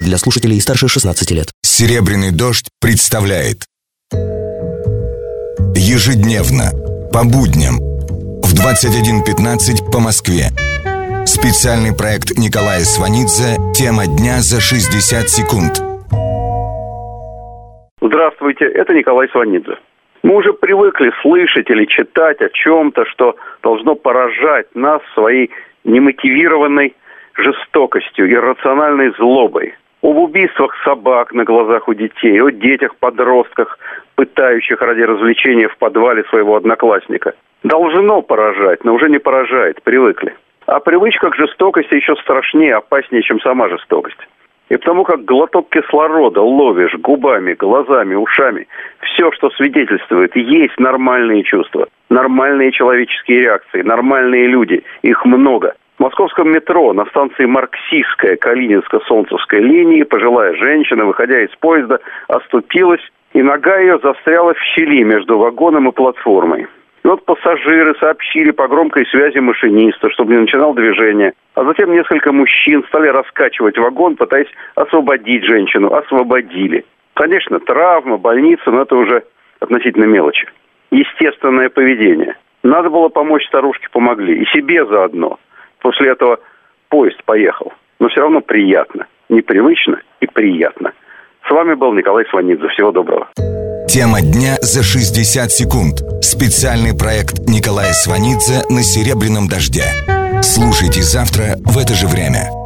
для слушателей старше 16 лет. «Серебряный дождь» представляет ежедневно, по будням, в 21:15 по Москве. Специальный проект Николая Сванидзе «Тема дня за 60 секунд». Здравствуйте, это Николай Сванидзе. Мы уже привыкли слышать или читать о чем-то, что должно поражать нас своей немотивированной жестокостью, иррациональной злобой. Об убийствах собак на глазах у детей, о детях-подростках, пытающих ради развлечения в подвале своего одноклассника. Должно поражать, но уже не поражает, привыкли. А привычка к жестокости еще страшнее, опаснее, чем сама жестокость. И потому как глоток кислорода ловишь губами, глазами, ушами, все, что свидетельствует, есть нормальные чувства, нормальные человеческие реакции, нормальные люди, их много. В московском метро на станции Марксистская Калининско-Солнцевской линии пожилая женщина, выходя из поезда, оступилась, и нога ее застряла в щели между вагоном и платформой. И вот пассажиры сообщили по громкой связи машинисту, чтобы не начинал движение. А затем несколько мужчин стали раскачивать вагон, пытаясь освободить женщину. Освободили. Конечно, травма, больница, но это уже относительно мелочи. Естественное поведение. Надо было помочь старушке, помогли. И себе заодно. После этого поезд поехал. Но все равно приятно. Непривычно и приятно. С вами был Николай Сванидзе. Всего доброго. «Тема дня за 60 секунд». Специальный проект Николая Сванидзе на «Серебряном дожде». Слушайте завтра в это же время.